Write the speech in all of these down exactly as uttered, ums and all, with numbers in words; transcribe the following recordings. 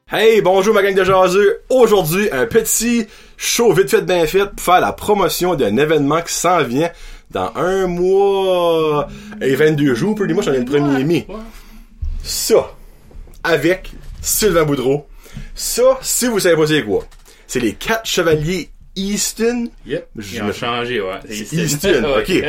Hey, bonjour ma gang de jaseux. Aujourd'hui, un petit show vite fait bien fait pour faire la promotion d'un événement qui s'en vient dans un mois et vingt-deux jours. Pretty much, on est le premier mai. Ça, avec Sylvain Boudreau. Ça, si vous savez pas c'est quoi, c'est les quatre chevaliers Easton. Yep, ils ont changé, ouais. C'est Easton, ok.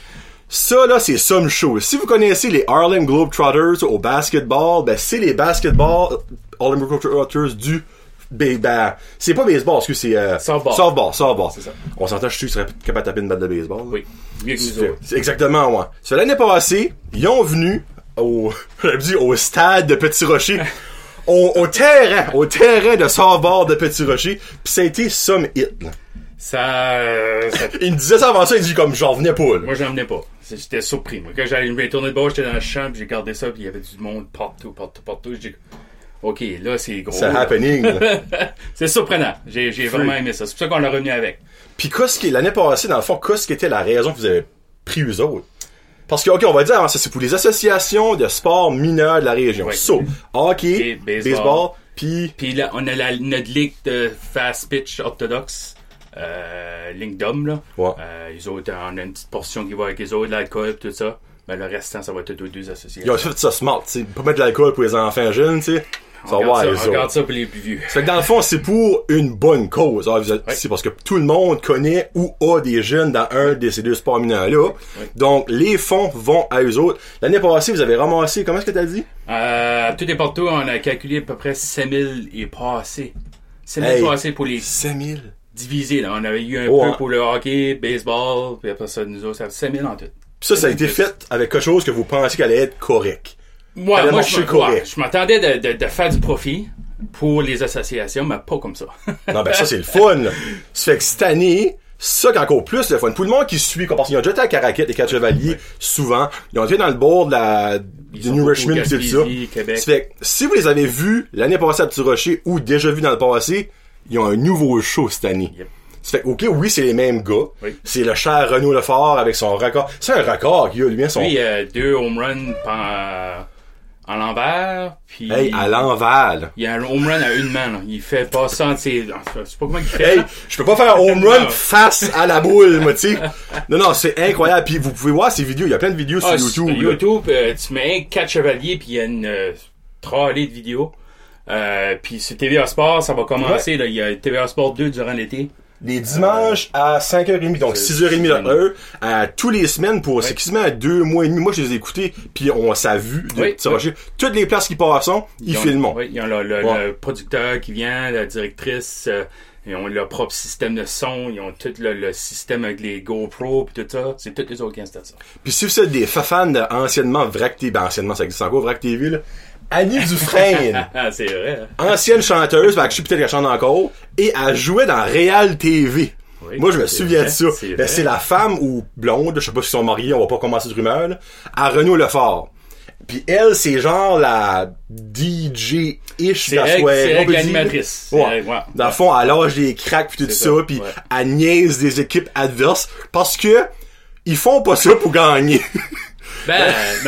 Ça, là, c'est some show. Si vous connaissez les Harlem Globetrotters au basketball, ben, c'est les basketball Harlem Globetrotters du... Ben, ben, c'est pas baseball, excuse, c'est... Euh, softball. Softball, softball. C'est ça. On s'entend, je suis sûr que tu serais capable de taper une balle de baseball. Oui, mieux que nous autres. C'est exactement, ouais. C'est l'année passée, ils ont venu au... j'allais dire au stade de Petit Rocher... Au, au terrain, au terrain de softball de Petit Rocher, pis ça a été some hit, là. Ça, euh, ça... Il me disait ça avant ça, il dit comme j'en venais pas, là. Moi, j'en venais pas. J'étais surpris. Moi, quand j'allais me tourner de bord, j'étais dans le champ, pis j'ai regardé ça, pis il y avait du monde partout, partout, partout. J'ai dit, OK, là, c'est gros. C'est happening, là. C'est surprenant. J'ai, j'ai vraiment aimé ça. C'est pour ça qu'on l'a revenu avec. Pis qu'est-ce qui, l'année passée, dans le fond, qu'est-ce qui était la raison que vous avez pris eux autres? Parce que, OK, on va dire, ça, c'est pour les associations de sport mineurs de la région. Oui. So, hockey, Et baseball. baseball, pis... Puis là, on a la, notre ligue de fast pitch orthodoxe. Euh, ligne d'hommes, là. Ouais. Euh, les autres, on a une petite portion qui va avec les autres, l'alcool et tout ça. Mais le restant, ça va être aux deux associations. Ils ont fait ça smart, tu sais. Pas mettre de l'alcool pour les enfants jeunes, tu sais. On, regarde, ouais, ça, on regarde ça pour les plus vieux. C'est que dans le fond, c'est pour une bonne cause. Alors, oui. C'est parce que tout le monde connaît ou a des jeunes dans un de ces deux sports mineurs-là. Oui. Donc, les fonds vont à eux autres. L'année passée, vous avez ramassé, comment est-ce que t'as dit? Euh, tout et partout, on a calculé à peu près cinq mille et passé. cinq mille hey, passé pour les... cinq mille? Divisé, là. On avait eu un oh, peu hein. pour le hockey, baseball, puis après ça, nous autres, ça fait cinq mille en tout. Puis ça, ça a été fait avec quelque chose que vous pensiez qu'elle allait être correct. Ouais, moi, je, ouais, je m'attendais de, de, de faire du profit pour les associations, mais pas comme ça. Non, ben ça, c'est le fun, là. Ça fait que cette année, ça, qu'encore plus, le fun. Tout le monde qui suit, parce qu'ils ont déjà été à Caraquette, les quatre chevaliers, ouais. Souvent. Ils ont été dans le bord de la, du New Richmond, tout ça. Québec. Ça fait que, si vous les avez vus l'année passée à Petit Rocher, ou déjà vus dans le passé, ils ont un nouveau show cette année. Yep. Ça fait que, OK, oui, c'est les mêmes gars. Oui. C'est le cher Renaud Lefort avec son record. C'est un record qu'il a, lui, hein, son... Oui, euh, deux home runs euh, en l'envers, puis... Hey, à l'envers, il y a un home run à une main, là. Il fait pas ça entre ses... Je sais pas comment il fait. Hey, je peux pas faire un home run face à la boule, moi, tu sais. Non, non, c'est incroyable. Puis vous pouvez voir ces vidéos. Il y a plein de vidéos ah, sur YouTube. Sur YouTube, euh, tu mets quatre chevaliers, puis il y a une euh, trolley de vidéos. Euh, puis sur T V A Sport, ça va commencer, ouais. Là. Il y a T V A Sport deux durant l'été. Les dimanches euh, à cinq heures trente, donc six heures trente notre heure, à tous les semaines pour, ouais. C'est quasiment à deux mois et demi. Moi, je les ai écoutés, puis on s'est vu de oui, oui. Toutes les places qui passent, ils, ils filment. Oui, ils ont le, le, ouais. le producteur qui vient, la directrice, euh, ils ont leur propre système de son, ils ont tout le, le système avec les GoPro puis tout ça. C'est toutes les autres qui installent ça. Puis si vous êtes des fans d'anciennement Vrac T V, ben anciennement, ça existe encore, Vrac T V, là. Annie Dufresne. C'est vrai. Hein? Ancienne chanteuse, ben, je sais peut-être qu'elle chante encore, et elle jouait dans Réal T V. Oui, moi, je me souviens vrai, de ça. C'est, ben, c'est la femme ou blonde, je sais pas s'ils sont mariés, on va pas commencer de rumeur, là, à Renaud Lefort. Puis elle, c'est genre la D J-ish de la soirée. C'est elle l'animatrice. Ouais. Ouais. Dans le fond, elle lâche des cracks pis tout ça, ça pis ouais. Elle niaise des équipes adverses parce que ils font pas ça pour gagner. Ben, non.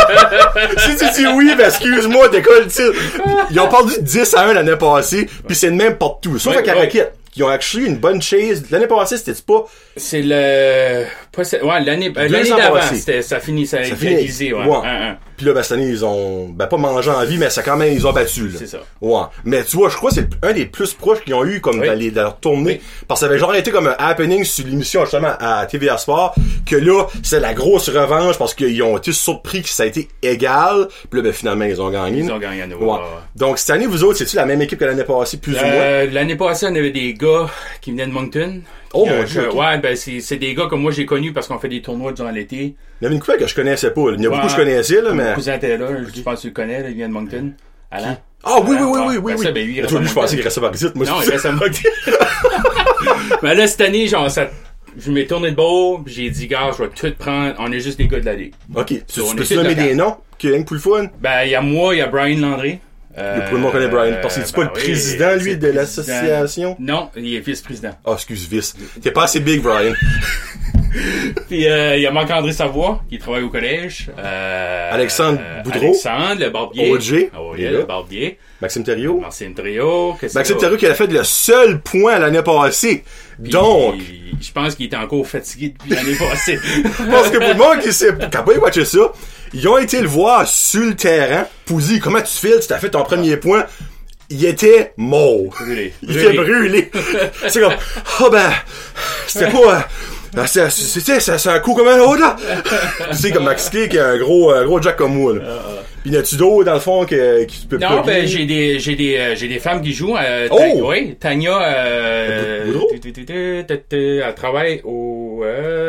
Si tu dis oui, ben excuse-moi, décolle, tu sais. Ils ont perdu dix à un l'année passée, pis c'est le même partout. Sauf ouais, à Caraquette, ouais. Qui ont actually une bonne chaise. L'année passée, c'était pas... C'est le... Pas, ouais, l'année, l'année d'avant, c'était, ça finit, ça a égalisé, ouais. ouais. Un, un. Puis là, ben, cette année, ils ont, ben, pas mangé en vie, mais ça quand même, ils ont battu, là. C'est ça. Ouais. Mais tu vois, je crois que c'est un des plus proches qu'ils ont eu, comme, oui. dans, les, dans leur tournée. Oui. Parce que ça avait genre été comme un happening sur l'émission, justement, à T V A Sport, que là, c'est la grosse revanche parce qu'ils ont été surpris que ça a été égal. Puis là, ben, finalement, ils ont gagné. Ils ont gagné à nouveau. Ouais. Ouais. Donc, cette année, vous autres, c'est-tu la même équipe que l'année passée, plus euh, ou moins? L'année passée, on avait des gars qui venaient de Moncton. Oh mon euh, Dieu! Okay. Ouais, ben c'est, c'est des gars comme moi j'ai connus parce qu'on fait des tournois durant l'été. Il y avait une couple que je connaissais pas. Là. Il y a ouais, beaucoup que je connaissais, là, mais... Mon cousin était là, je pense que tu le connais, là, il vient de Moncton. Alain. Ah oui, oui, oui, oui, oui, ben, oui. Ça, ben, lui, il toi, lui, je pensais qu'il restait par ici. Moi, non, il reste à Moncton. Mais là, cette année, genre, ça... je m'ai tourné de bord, j'ai dit, gars, je vais tout prendre, on est juste des gars de la ligue. Ok. So, tu peux-tu nommer des noms? Qui est pour le fun? Ben, il y a moi, il y a Brian Landry. Euh, le premier connaît Brian. Parce que c'est ben pas oui, le président, lui, de l'association? Non, il est vice-président. Ah, oh, excuse, vice. T'es pas assez big, Brian. Puis euh, il y a Marc-André Savoie, qui travaille au collège. Euh, Alexandre euh, Boudreau. Alexandre, le barbier. O J. Oh, yeah, le barbier. Maxime Thériault. Maxime Thériault. Maxime Thériault qui a fait le seul point l'année passée. Puis, Donc. je pense qu'il était encore fatigué depuis l'année passée. Parce que pour le monde qui sait, qui a pas watché ça, ils ont été le voir sur le terrain. Pouzy, comment tu files? Tu t'as fait ton premier point. Il était mort. Brûlé. Il était brûlé. C'est comme, ah oh ben, c'était pas, euh, c'est, c'est, c'est, c'est un coup comme un autre, là. Tu sais, comme Max Kay qui a un gros, un gros Jack comme moi, là. Pis y a-tu d'autres, dans le fond, que, qui peut pas. Non, ben, j'ai des, j'ai des, euh, j'ai des femmes qui jouent, euh, oh! Ta- oui, Tania, euh, Boudreau? elle travaille au,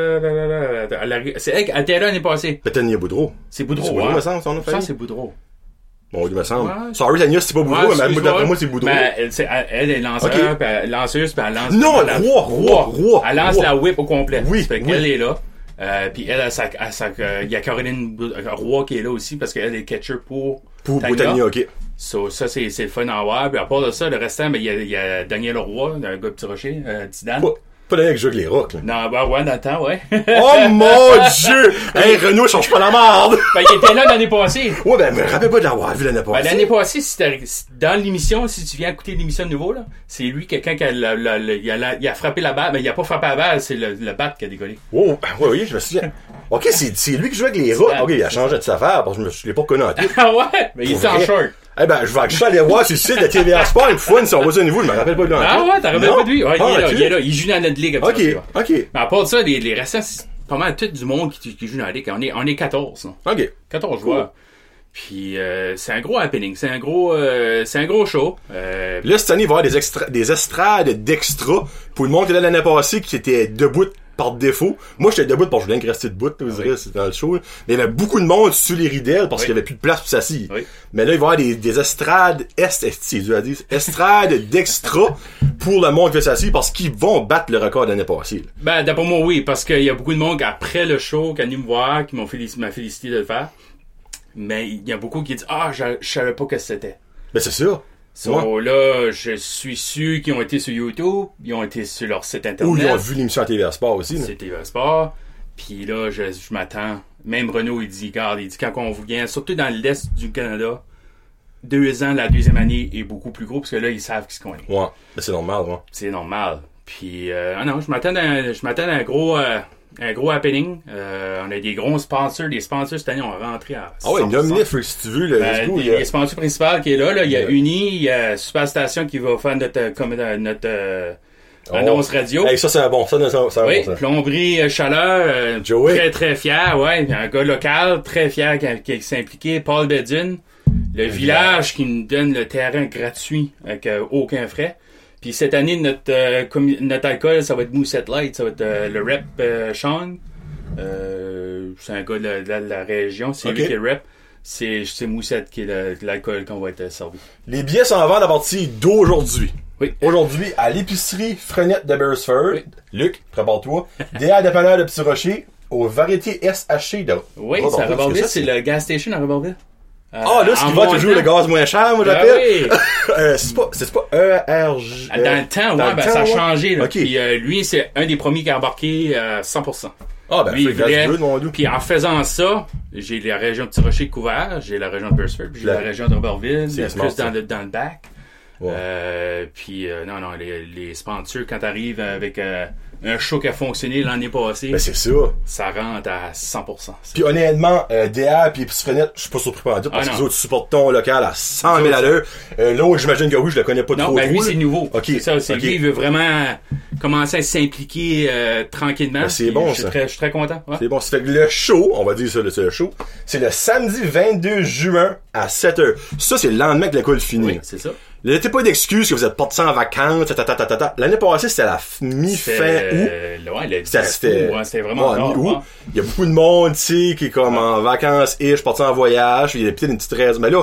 euh, à la, c'est elle qui était là l'année passée. Peut-être Tania Boudreau. C'est Boudreau, C'est Boudreau, hein? me semble, son nom de Ça, famille. c'est Boudreau. Bon, il me semble. Ouais. Sorry, Tania, c'est pas Boudreau, Ouais, mais excuse-moi. d'après moi, c'est Boudreau. Ben, elle, c'est, elle est lanceur, Okay. pis elle, lanceuse, puis elle lance. Non, elle, roi, roi, roi. Elle lance roi. la whip au complet. Oui, Fait oui. qu'elle est là. Euh, puis elle, elle, sa, elle, sa, euh, il y a Caroline Roy qui est là aussi parce qu'elle est catcher pour Pour, pour Tania. Tania, ok. So, ça, c'est, c'est le fun à voir. Puis à part de ça, le restant, ben, il y a, il y a Daniel Roy, un gars de Petit Rocher, euh, Zidane. Pas, pas Tania qui joue avec les rocks, là. Non, ben ouais, dans le temps, ouais. Oh mon dieu! Hey, Renaud, change pas la merde! Ben, il était là l'année passée. Ouais, ben, me rappelle pas de l'avoir vu l'année Ben, passée. l'année passée, si t'as- si- dans l'émission, si tu viens écouter l'émission de nouveau, là, c'est lui, quelqu'un qui a, la- la- la- il a, la- il a frappé la balle, mais il a pas frappé la balle, c'est le, le bat qui a décollé. Oh, ouais, oui, je me souviens. Ok, c'est, c'est lui qui joue avec les rocks. Ok, il a changé de sa affaire, parce que je me je l'ai pas reconnu en tout. Ah ouais? Mais il était en vrai? short. Eh ben, je vais je vais aller voir sur le site de T V A Sport une fois, si on va sur un niveau, je me rappelle pas de lui en Ah tout. ouais, t'as rappelé Non? pas de lui? Ouais, il Ah, est là, tu- il est là, il joue dans notre ligue. Ok, absolument. ok, Mais à part de ça, les, les restants, c'est pas mal tout du monde qui, qui joue dans la ligue. On est, on est quatorze, là. ok. quatorze joueurs. Puis euh, c'est un gros happening, c'est un gros euh, c'est un gros show. Euh, Là, cette année, il va y avoir des, extra, des estrades d'extra pour le monde qui est là l'année passée, qui était debout par défaut. Moi, j'étais debout parce que je voulais rester debout, vous Oui. direz, c'était dans le show. Mais il y avait beaucoup de monde sur les ridelles parce Oui. qu'il y avait plus de place pour s'asseoir. Oui. Mais là, il va y avoir des, des estrades est, est, c'est dur à dire, estrades d'extra pour le monde qui veut s'asseoir parce qu'ils vont battre le record de l'année passée. Là. ben d'après moi oui, parce qu'il y a beaucoup de monde qui, après le show qui est venu me voir, qui m'ont félicité, m'a félicité de le faire. Mais il y a beaucoup qui disent ah je, je savais pas que c'était. Ben, c'est ça. So, Ouais. là, je suis sûr qu'ils ont été sur YouTube, ils ont été sur leur site internet. Ou ils ont vu l'émission à T V A Sport aussi. Là. C'était T V Sport. Puis là, je, je m'attends. Même Renaud, il dit, regarde, il dit, quand on vous vient, surtout dans l'Est du Canada, deux ans, la deuxième année est beaucoup plus gros, parce que là, ils savent ce qu'on est. Ouais, ben, c'est normal, ouais. C'est normal. Puis, euh, ah non, je m'attends à un, je m'attends à un gros, euh, un gros happening. Euh, on a des gros sponsors. Les sponsors, cette année, on va rentrer à Ah ouais, cent pour cent. nominé, si tu veux, le Ben, du coup, les, il y a- les sponsors principaux qui est là, là, il y a Ouais. Uni, il y a Superstation qui va faire notre, euh, comme, euh, notre, euh, Oh. annonce radio. Hey, ça, c'est un bon, ça, c'est un, c'est un Oui, bon, ça. plomberie, euh, chaleur, euh, Joey. très très fier, ouais, un gars local, très fier qui, qui s'est impliqué, Paul Bedune, le village qui nous donne le terrain gratuit avec euh, aucun frais. Puis cette année, notre euh, commu- notre alcool, ça va être Moussette Light, ça va être euh, le rep euh, Sean. Euh, c'est un gars de la, de la- de la région, c'est Ok. lui qui est le rep. C'est, c'est Moussette qui est le- l'alcool qu'on va être servi. Les billets sont en vente à partir d'aujourd'hui. Oui. Aujourd'hui, à l'épicerie Frenette de Beresford. Oui. Luc, prépare-toi. D A dépanneur de Petit Rocher. Au variété S H C de Oui, Oh, c'est à bon, Reborville, ça, c'est le gas station à Reborville. Euh, Ah, là, ce qui en va toujours montant. le gaz moins cher, moi, Ben j'appelle. oui. euh, c'est pas, c'est pas E R G. Ah, Dans le temps, dans ouais, le ben, temps, ça a ouais. changé. Là. Ok. Puis euh, lui, c'est un des premiers qui a embarqué à cent pour cent. Ah, ben, Lui, fait il gaz voulait- bleu, mon doux. Puis en faisant ça, j'ai la région de Petit-Rocher couvert, j'ai la région de Beresford, puis j'ai La- la région de Reborville, C'est plus smart, dans ça. le, dans le bac. Ouais. Euh, puis euh, non, non, les, les sponsors, quand t'arrives avec euh, un show qui a fonctionné l'année passée, Ben, c'est ça. ça rentre à cent pour cent. Puis honnêtement, euh, D A puis Petit Frenette, je suis pas surpris par en dire parce Ah, que non. les autres supportent ton local à cent mille à l'heure. Euh, L'autre, j'imagine que oui, je le connais pas Non, trop ben trop. lui, là. c'est nouveau. Ok, C'est ça, c'est ok. lui, il veut vraiment commencer à s'impliquer euh, tranquillement. Ben, c'est Puis bon, je suis ça. très, je suis très content. Ouais. C'est bon, ça fait que le show, on va dire ça, le, c'est le show, c'est le samedi vingt-deux juin à sept heures. Ça, c'est le lendemain que l'école finit. Oui, c'est ça. Là, t'as pas d'excuse que vous êtes partis en vacances, ta, ta, ta, ta, ta, ta. L'année passée, c'était la f- mi-fin C'était, août. euh, ouais, le C'était, dix c'était, août, ouais, c'était vraiment ouais, tard, mi-août. ouais. Il y a beaucoup de monde, tu sais, qui est comme en vacances et je parti en voyage, il y a peut-être une petite raison. Mais là,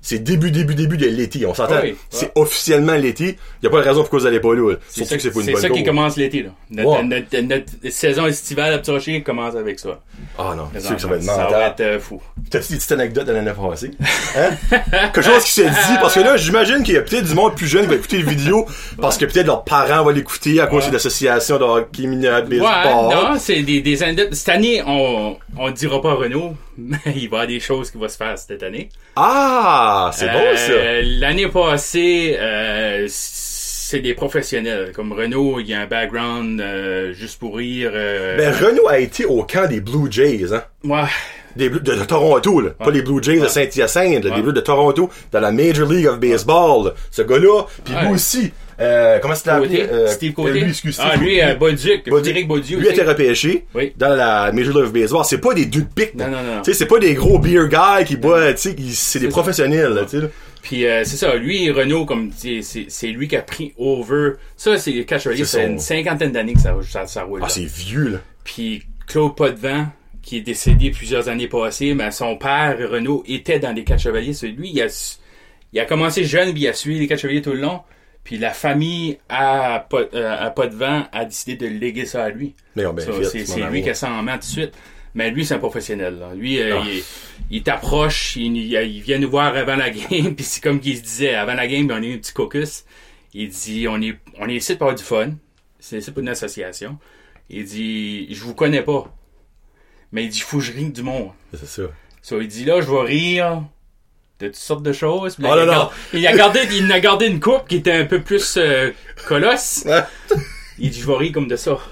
C'est début, début, début de l'été. On s'entend. Oui, c'est ouais. officiellement l'été. Il n'y a pas de raison pourquoi vous n'allez pas là. C'est Surtout ça, que c'est pas une c'est bonne ça qui course. commence l'été, là. Notre, Ouais. notre, notre, notre saison estivale à Petit Rocher commence avec ça. Ah non, Les c'est sûr que ça va être enfants, ça mental. va être euh, fou. T'as-tu des petites anecdotes de l'année passée? Hein? Quelque chose qui s'est dit, parce que là, j'imagine qu'il y a peut-être du monde plus jeune qui va écouter les vidéos, parce que peut-être leurs parents vont l'écouter à cause Ouais. de l'association de hockey mineur de Ouais, baseball. non, c'est des, des anecdotes. Cette année, on, on dira pas Renault, mais il va y avoir des choses qui vont se faire cette année. Ah, c'est Euh, bon ça. L'année passée, euh, c'est des professionnels. Comme Renault, il y a un background euh, juste pour rire. Euh, Ben, Renault a été au camp des Blue Jays, hein. ouais. Des Blues de, de Toronto, là. Ouais. Pas les Blue Jays de Ouais. Saint-Hyacinthe, là, Ouais. les Blues de Toronto, dans la Major League of Baseball, là. Ce gars-là, pis Ouais. lui aussi, euh, comment c'est appelé? Côté, Euh, Steve Côté. Lui, excuse, Ah, Steve lui, Côté. euh, Bolduc. Bolduc. Frédéric Bolduc Lui a aussi. été repêché Oui. dans la Major League of Baseball. C'est pas des deux pics. Non, non, non. Tu sais, c'est pas des gros beer guys qui boivent, tu sais, qui- c'est des C'est professionnels, là, tu sais. là. Puis euh, c'est ça, lui, Renault, comme tu sais, c'est c'est lui qui a pris over. Ça, c'est le catch C'est c'est son- une cinquantaine d'années que ça, ça, ça roule. Ah, là. c'est vieux, là. Puis Claude Potvin, qui est décédé plusieurs années passées, mais son père, Renault, était dans les quatre chevaliers. C'est lui, il a, il a commencé jeune, puis il a suivi les quatre chevaliers tout le long. Puis la famille à, Pot- euh, à Potvin a décidé de léguer ça à lui. Mais on ben Ça, fait, c'est mon c'est lui amour. qui a ça en main tout de suite. Mais lui, c'est un professionnel. Là. Lui, euh, Ah. il, il t'approche, il, il, il vient nous voir avant la game, puis c'est comme qu'il se disait, avant la game, on a eu un petit caucus. Il dit, on est, on est ici pour avoir du fun. C'est ici pour une association. Il dit, je vous connais pas. Mais il dit, faut que je rie du monde. C'est ça. So, il dit, là, je vais rire de toutes sortes de choses. Puis là, Oh il, là a là. gardé, il a gardé, il a gardé une coupe qui était un peu plus euh, colosse. Il dit, je vais rire comme de ça.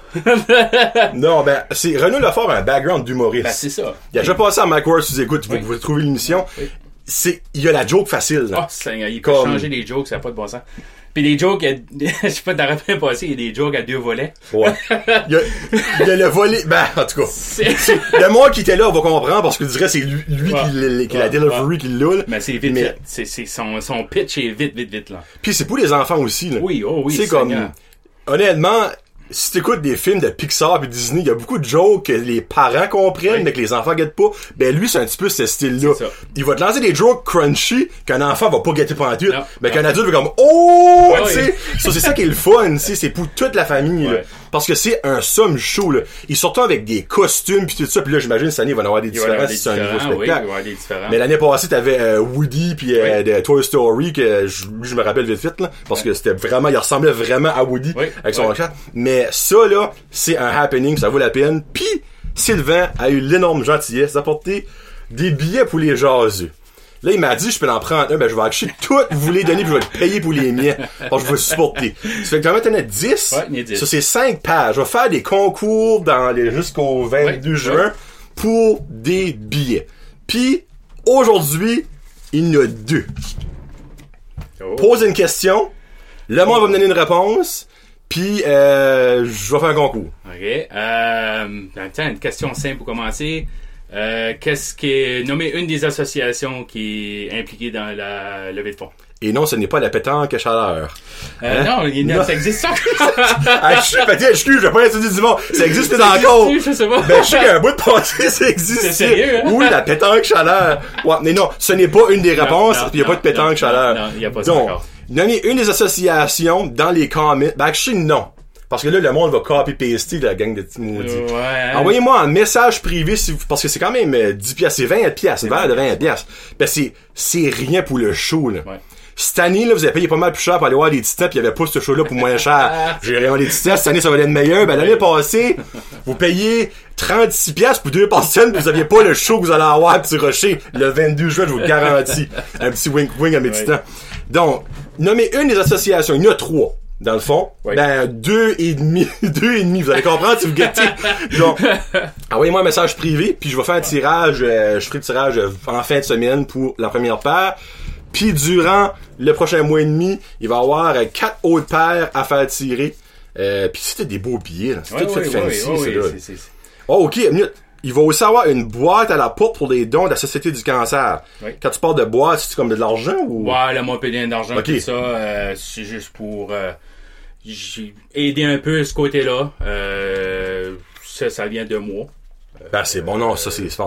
Non, ben, c'est, Renaud Lefort a un background d'humoriste. Ben, c'est ça. Il a déjà passé à Mike Ward, si vous écoutez, vous Oui. pouvez trouver l'émission. Oui. C'est, il y a la joke facile, là. Ah, ça, il peut Comme- changer les jokes, ça n'a pas de bon sens. Puis les jokes, à- je sais pas, t'as rappelé passé, il y a des jokes à deux volets. Ouais. Il y a, il y a le volet, ben, en tout cas. C'est... Le moi qui était là va comprendre parce que je dirais c'est lui, lui Ouais. qui, l'a- qui a la Ouais, delivery ouais. qui l'a, là. Mais c'est vite, Mais- vite. C'est, c'est son, son pitch est vite, vite, vite, là. Puis c'est pour les enfants aussi, là. Oui, oh oui, C'est comme, Seigneur. honnêtement, si t'écoutes des films de Pixar et Disney, il y a beaucoup de jokes que les parents comprennent, Oui. mais que les enfants guettent pas. Ben lui, c'est un petit peu ce style-là. C'est ça. Il va te lancer des jokes crunchy qu'un enfant va pas guetter pendant tout, Non. mais Non. qu'un adulte va comme oh, Ah tu sais. Ça, c'est ça qui est le fun, tu sais, c'est pour toute la famille, là. Ouais. Parce que c'est un somme show, là. Ils sortent avec des costumes puis tout ça, puis là, j'imagine cette année, il va y en avoir des Il va y avoir différences des si c'est un nouveau différents, oui, il va y spectacle. avoir des différents. Mais l'année passée, t'avais euh, Woody puis euh, Oui. de Toy Story que je, je me rappelle vite vite là, parce que c'était vraiment, il ressemblait vraiment à Woody Oui. avec son Oui. chat. Mais ça là, c'est un happening, ça vaut la peine. Puis Sylvain a eu l'énorme gentillesse d'apporter des billets pour les jaseux. Là, il m'a dit, je peux en prendre un, ben, je vais acheter tout, vous les donner, puis je vais le payer pour les miens. Parce que je veux supporter. Ça fait que quand même, t'en as dix. Ouais, il y en a dix. Ça, c'est cinq pages. Je vais faire des concours dans les, jusqu'au vingt-deux Ouais, juin ouais. pour des billets. Puis, aujourd'hui, il y en a deux. Oh. Pose une question, le monde va me donner une réponse, puis euh, je vais faire un concours. OK. Euh, tiens, une question simple pour commencer. Euh, qu'est-ce qui est... Nommez une des associations qui est impliquée dans la levée de fonds. Et non, ce n'est pas la pétanque à chaleur. Euh, Hein? Non, il y a- Non. ça existe ça. Ah, je suis, peut-être, excuse, je vais pas étudier du monde. Ça existe encore. Je sais pas. Ben, je sais qu'il y a un bout de passé, ça existe. C'est sérieux, hein? Oui, la pétanque chaleur. Ouais, mais non, ce n'est pas une des Non, réponses, non, puis il n'y a pas non, de pétanque non, chaleur. non, non, il y a pas ça Donc, encore. nommez une des associations dans les comments. Ben, je sais non. Parce que là, le monde va copy-paster la gang de petits maudits. Ouais. Envoyez-moi un message privé si vous, parce que c'est quand même euh, dix piastres, c'est vingt piastres, une verre de vingt piastres. Ben, c'est, c'est rien pour le show, là. Ouais. Cette année, là, vous avez payé pas mal plus cher pour aller voir des titans, pis il y avait pas ce show-là pour moins cher. J'ai rien des titans, cette année, ça va être meilleur. Ben, l'année passée, vous payez trente-six piastres pour deux personnes, pis vous aviez pas le show que vous allez avoir à Petit Rocher le vingt-deux juin, je vous le garantis. Un petit wink-wink à mes Ouais. titans. Donc, nommez une des associations. Il y en a trois. Dans le fond, Oui. ben, deux et demi, deux et demi, vous allez comprendre si vous gâtez. Donc, envoyez-moi un message privé, puis je vais faire un tirage, euh, je ferai le tirage euh, en fin de semaine pour la première paire. Puis durant le prochain mois et demi, il va y avoir euh, quatre autres paires à faire tirer. Euh, puis c'était des beaux billets, là. C'est Ouais, tout ouais, fait ouais, fancy, ouais, ça, ouais, là. c'est- c'est- c'est- Oh, ok, une minute. Il va aussi avoir une boîte à la porte pour les dons de la Société du cancer. Oui. Quand tu parles de boîte, c'est comme de l'argent ou? Ouais, le mois pédien d'argent, Ok. tout ça, euh, c'est juste pour euh, j'ai aidé un peu ce côté-là. Euh, ça, ça vient de moi. Ben, c'est bon, non, ça, c'est fort, là.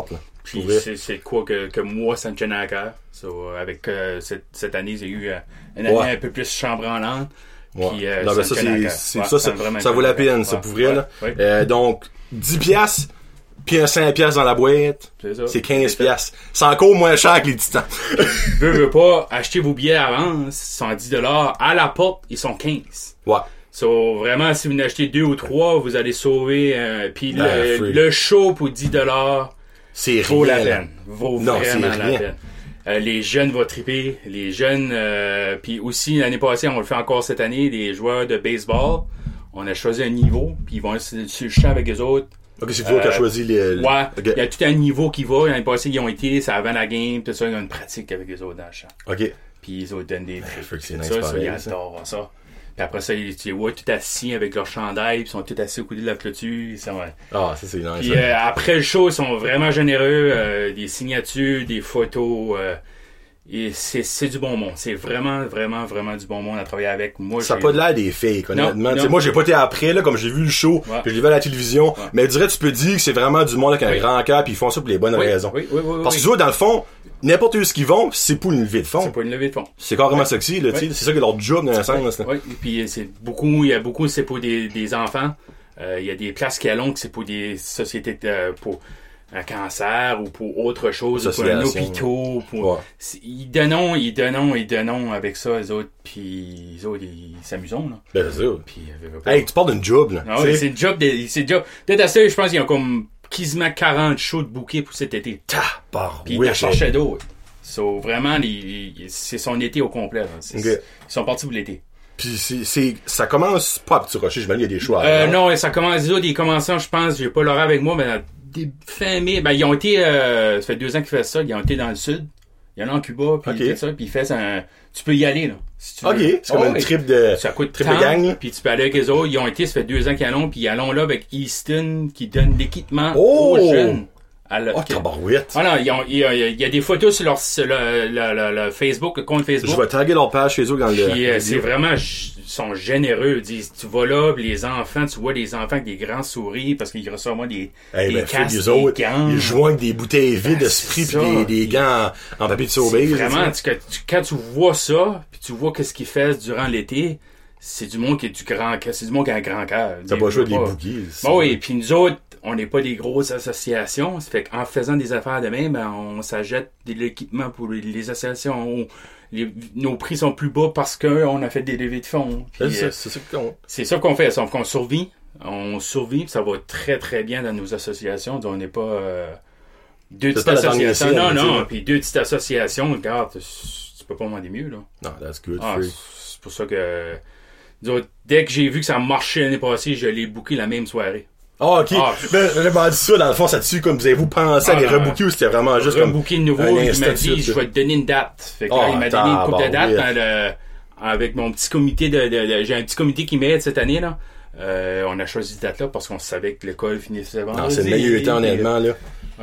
Puis c'est, c'est quoi que, que moi, ça me tenait à cœur. So, avec euh, cette, cette année, j'ai eu euh, une année ouais. un peu plus chambranlante. Ouais. Puis, euh, non, ça, ben ça, c'est, c'est, ouais, ça, ça, ça vaut la peine, ouais. ça, pour vrai, ouais. là. Ouais. Euh, donc, dix piastres, puis un cinq piastres dans la boîte, c'est, ça. c'est quinze piastres. C'est encore moins cher que les titans. Veux, veux pas, acheter vos billets à avance, ils sont dix dollars. À la porte, ils sont quinze. Ouais. So, vraiment, si vous en achetez deux ou trois, vous allez sauver, euh, puis le, le show pour dix dollars, c'est vaut rien, la là. peine. Vaut non, vraiment c'est la rien. peine. Euh, les jeunes vont triper. Les jeunes, euh, puis aussi, l'année passée, on le fait encore cette année, les joueurs de baseball, on a choisi un niveau, puis ils vont sur le champ avec les autres. Ok, c'est vous euh, qui avez choisi les... Ouais, il okay. y a tout un niveau qui va. L'année passée, ils ont été, c'est avant la game, tout ça, ils ont une pratique avec les autres dans le champ. Ok. Puis ils ont donné des trucs. C'est nice ça, pareil, ça, ils adorent ça. Puis après ça, ils, tu les vois tout assis avec leur chandail, puis ils sont tout assis au côté de la clôture. Ils sont, ouais. Ah, ça c'est nice. Puis euh, après le show, ils sont vraiment généreux. Euh, des signatures, des photos. Euh, et c'est, c'est du bon monde. C'est vraiment, vraiment, vraiment du bon monde à travailler avec. Moi, ça n'a j'ai... pas de l'air des fakes, honnêtement. Non, non. Moi, j'ai pas été après, là, comme j'ai vu le show, ouais. puis je l'ai vu à la télévision. Ouais. Mais je dirais, tu peux dire que c'est vraiment du monde avec un oui. grand cœur, puis ils font ça pour les bonnes oui. raisons. Oui, oui, oui, Parce oui. que eux, dans le fond, n'importe où ce qu'ils vont, c'est pour une levée de fond. C'est pour une levée de fond. C'est carrément ouais. sexy, là, oui. tu sais. C'est ça que leur job, dans un sens, là. Oui, et puis c'est beaucoup, il y a beaucoup, c'est pour des, des enfants. Euh, il y a des places qui allons que c'est pour des sociétés, euh, pour un cancer ou pour autre chose, ou pour un hôpital. Pour... Ouais. Ils donnent, ils donnent, ils donnent avec ça, les autres, puis les autres, ils s'amusent, là. Ben, c'est ça. Puis, euh, hey, tu parles d'une job, là. Non, c'est une job, de, c'est une job. Peut-être à ça, je pense qu'il y a comme quasiment quarante shows de bouquets pour cet été. Tabarouette. Puis il en cherchait d'autres. So, vraiment, les, les, c'est son été au complet, là. C'est, okay. Ils sont partis pour l'été. Puis c'est, c'est, ça commence pas à Petit Rocher, j'imagine qu'il y a des choix. Euh, non, ça commence, les autres, ils commencent, je pense, j'ai pas l'horaire avec moi, mais des fin mai, ben, ils ont été, euh, ça fait deux ans qu'ils font ça, ils ont été dans le sud. Il y en a en Cuba, puis okay. tout ça, puis ils font un, tu peux y aller, là. Si tu ok, veux. c'est comme oh, une trip de, ça coûte trip temps, de gang. Puis tu peux aller avec les autres, ils ont été, ça fait deux ans qu'ils allons, puis ils allons là avec Easton, qui donne l'équipement oh! aux jeunes. Oh, tabarouette. Ah non, il y, a, il, y a, il y a des photos sur leur sur le, le, le, le Facebook, le compte Facebook. Je vais taguer leur page Facebook dans le... Puis, euh, c'est vraiment, ils sont généreux. Ils disent, tu vas là, puis les enfants, tu vois des enfants avec des grands sourires, parce qu'ils reçoivent moi des, hey, des ben, casques, des des autres, gants. Ils joignent des bouteilles vides ben, de Sprite puis des, des gants en, en papier de sorbet. Vraiment, tu, tu, quand tu vois ça, puis tu vois qu'est-ce qu'ils font durant l'été, c'est du monde qui a du grand cœur. C'est du monde qui a un grand cœur. T'as pas joué des bouquets. Bon, oui, puis nous autres, on n'est pas des grosses associations. Ça fait qu'en faisant des affaires de même, ben, on s'achète de l'équipement pour les, les associations. On, les, nos prix sont plus bas parce qu'on a fait des levées de fonds. Puis, c'est, euh, c'est, ça qu'on... c'est ça qu'on fait. Sauf qu'on survit. On survit, puis ça va très très bien dans nos associations. On n'est pas euh, deux petites associations. Non, non. Puis deux petites associations, regarde, tu peux pas demander mieux, là. Non, that's good. Ah, c'est pour ça que... Dès que j'ai vu que ça marchait l'année passée, je l'ai booké la même soirée. Ah, ok. Ah, ben, j'avais dit ça, dans le fond, ça dessus, comme vous avez-vous pensé ah, à les rebooker ou c'était vraiment juste comme. Rebooker de nouveau, il m'a dit, je vais te donner une date. Fait que là, oh, il m'a donné une couple de dates dans le, avec mon petit comité de, de, de j'ai un petit comité qui m'aide cette année, là. Euh, on a choisi cette date-là parce qu'on savait que l'école finissait vendredi. Non, c'est le meilleur temps, honnêtement, là.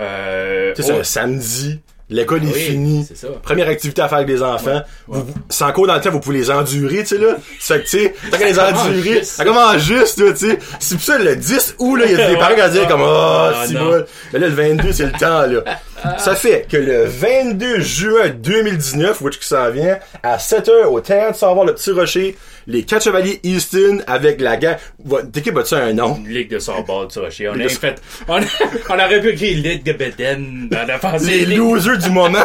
Euh, tu sais, c'est un samedi. L'école est oui, finie. C'est ça. Première activité à faire avec les enfants. Ouais, ouais. Vous, sans cours dans le temps, vous pouvez les endurer, tu sais, là. Ça fait que, tu sais, t'as qu'à les endurer. Ça commence juste, là, tu sais. C'est pour ça, le dix août, là, il y a des parents qui vont dire comme, oh, c'est bon. Mais là, le vingt-deux, c'est le temps, là. Ça fait que le vingt-deux juin deux mille dix-neuf, which que ça vient, à sept heures au terrain de savoir le Petit Rocher, les quatre chevaliers Easton avec la gang. Votre équipe a-tu un nom? Ligue de softball du Rocher. On a fait, on, a, on aurait pu créer Ligue de Beden dans la pensée. Les losers du moment.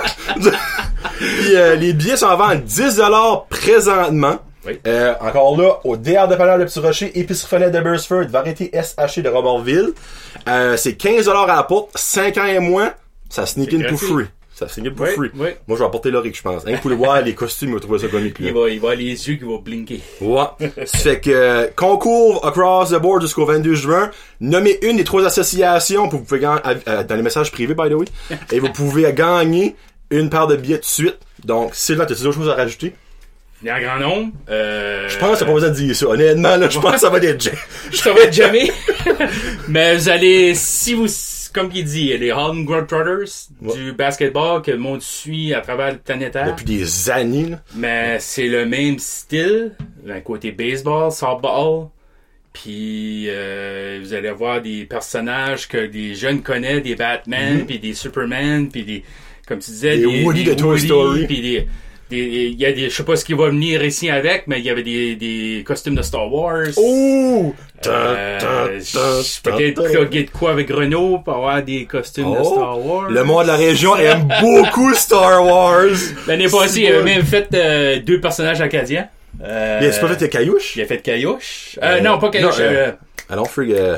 Puis, euh, les billets sont en vente dix dollars présentement. Oui. Euh, encore là, au D R de Panard de Petit Rocher, épicerie Fenêtre de Burstford, variété S H de Robertville. Euh, c'est quinze dollars à la porte, cinq ans et moins. Ça sneak in pour free. Ça sneak in pour oui, free. Oui. Moi, je vais apporter l'oric, je pense. Hein, pour le voir, les costumes, il va trouver ça comique. Il va, il va les yeux qui vont blinker. Ouais. Ça fait que, euh, concours across the board jusqu'au vingt-deux juin. Nommez une des trois associations pour vous pouvez gagner, euh, dans les messages privés, by the way. Et vous pouvez gagner une paire de billets tout de suite. Donc, Sylvain, t'as-tu d'autres choses à rajouter? Il y a un grand nombre. Euh... Je pense que t'as pas besoin de dire ça. Honnêtement, là, je pense que ça va être jamais. Ça va être jamais. Mais vous allez, si vous, comme il dit, les Holland Brothers ouais. du basketball que le monde suit à travers le planétaire. Depuis des années, là. Mais c'est le même style, d'un côté baseball, softball, Puis euh, vous allez voir des personnages que des jeunes connaissent, des Batman, mm-hmm. puis des Superman, puis des, comme tu disais, des, des Woody des de Toy Story. Puis des, des, il y a des, je sais pas ce qui va venir ici avec, mais il y avait des, des costumes de Star Wars. Oh! Euh, je peux peut-être plugger de quoi avec Renault pour avoir des costumes oh, de Star Wars. Le monde de la région aime beaucoup Star Wars. L'année passée, il avait même fait euh, deux personnages acadiens. Euh, il a pas fait de Caillouche? Il a fait Caillouche. Euh, euh, non, pas Caillouche. Non, euh, euh, allons, frig. Euh...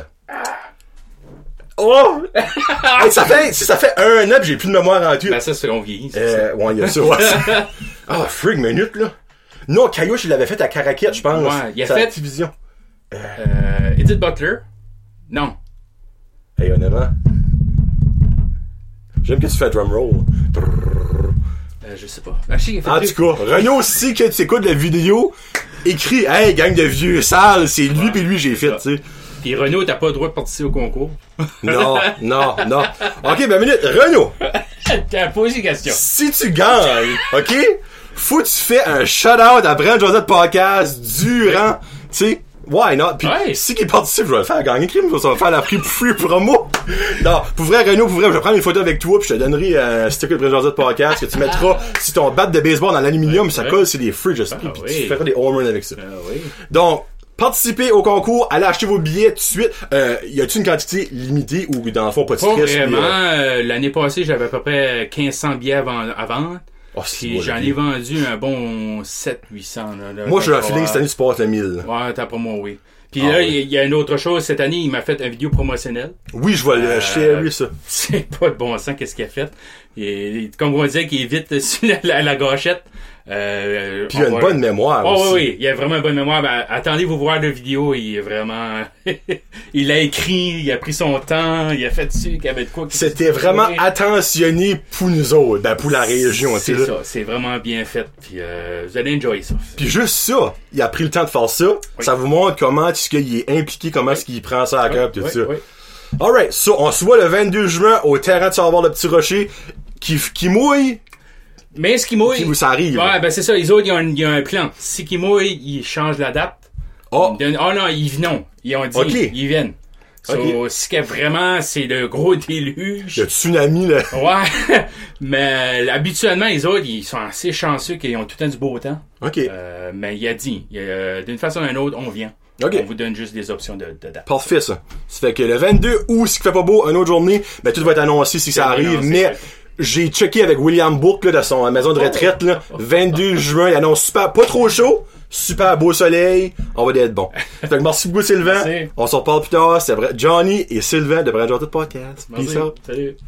Oh! Hey, ça fait, si ça fait un an pis j'ai plus de mémoire en tout. Ben, ça, c'est qu'on vieillit. Euh, ouais, il y a ça, ouais. Ah, frig, minute, là. Non, Caillouche, il l'avait fait à Caraquette, je pense. Ouais, il a c'est fait. Division. Euh, euh, Edith Butler. Non. Hey, honnêtement. J'aime que tu fais drum roll. Euh, je sais pas. Ah, je sais qu'il a fait en deux... tout cas, Renaud, si que tu écoutes la vidéo, écris, hey, gang de vieux sales, c'est lui ouais, pis lui j'ai fait, tu sais. Pis Renaud, t'as pas le droit de participer au concours. Non, non, non. Ok, ben minute, Renaud. T'as posé une question. Si tu gagnes, ok, faut que tu fais un shout-out à Brand Josette Podcast durant, tu sais, why not? Pis ouais. si qui participe, je vais le faire gagner crime, ça va faire la free, free promo. Non, pour vrai, Renaud, pour vrai, je vais prendre une photo avec toi pis je te donnerai un sticker de Brand Josette Podcast que tu mettras si ton bat de baseball dans l'aluminium, ça colle, c'est des free, je sais ah, pis oui. tu feras des home runs avec ça. Ah, oui. Donc, participez au concours, allez acheter vos billets tout de suite. Euh, y a-t-il une quantité limitée ou dans le fond pas de stress? Pas vraiment. Puis, euh... Euh, l'année passée, j'avais à peu près quinze cents billets avant, à vendre. Oh, Puis j'en ai vendu un bon sept huit cents. Là, là, moi, je suis feeling que cette année, tu portes le mille. Ouais, t'as pas moi, oui. Puis ah, là, il oui. y, y a une autre chose. Cette année, il m'a fait une vidéo promotionnelle. Oui, je vais le euh, share, ça. C'est pas de bon sens, qu'est-ce qu'il a fait. Et, comme on disait, qu'il est vite sur la, la, la gâchette. Euh, Puis il a une va... bonne mémoire oh, aussi. Oui, oui, il a vraiment une bonne mémoire. Ben, attendez-vous voir la vidéo, il est vraiment... il a écrit, il a pris son temps, il a fait dessus, qu'il y avait de quoi... C'était vraiment attentionné pour nous autres, ben pour la région. C'est ça, c'est vraiment bien fait. Puis euh, vous allez enjoyer ça. Puis juste ça, il a pris le temps de faire ça. Oui. Ça vous montre comment est-ce qu'il est impliqué, comment est-ce qu'il prend ça à cœur, oui, tout oui, ça. Oui. Alright, so on se voit le vingt-deux juin au terrain de Savoir le Petit Rocher qui, qui mouille. Mais ce qui mouille... Où ça arrive. Ouais, ben c'est ça, les autres, ils ont, un, ils ont un plan. Si qui mouille, ils changent la date. Oh! Ils donnent, oh non, ils viennent. Ils ont dit, okay. ils viennent. So, okay. Si que vraiment, c'est le gros déluge. Le tsunami, là. Ouais. Mais habituellement, les autres, ils sont assez chanceux qu'ils ont tout le temps du beau temps. OK. Euh, mais il a dit, euh, d'une façon ou d'une autre, on vient. Okay. On vous donne juste des options de, de date. Parfait, ça. Ça fait que le vingt-deux août, si il fait pas beau, une autre journée, ben tout va être annoncé si ça arrive, annoncé, mais... Ouais. J'ai checké avec William Bourque là, dans son maison de retraite là, vingt-deux juin, il annonce super, pas trop chaud, super beau soleil, on va être bon. Fait que merci beaucoup Sylvain, merci. On se reparle plus tard, c'est Johnny et Sylvain de Brand Josette Podcast. Peace out. Salut.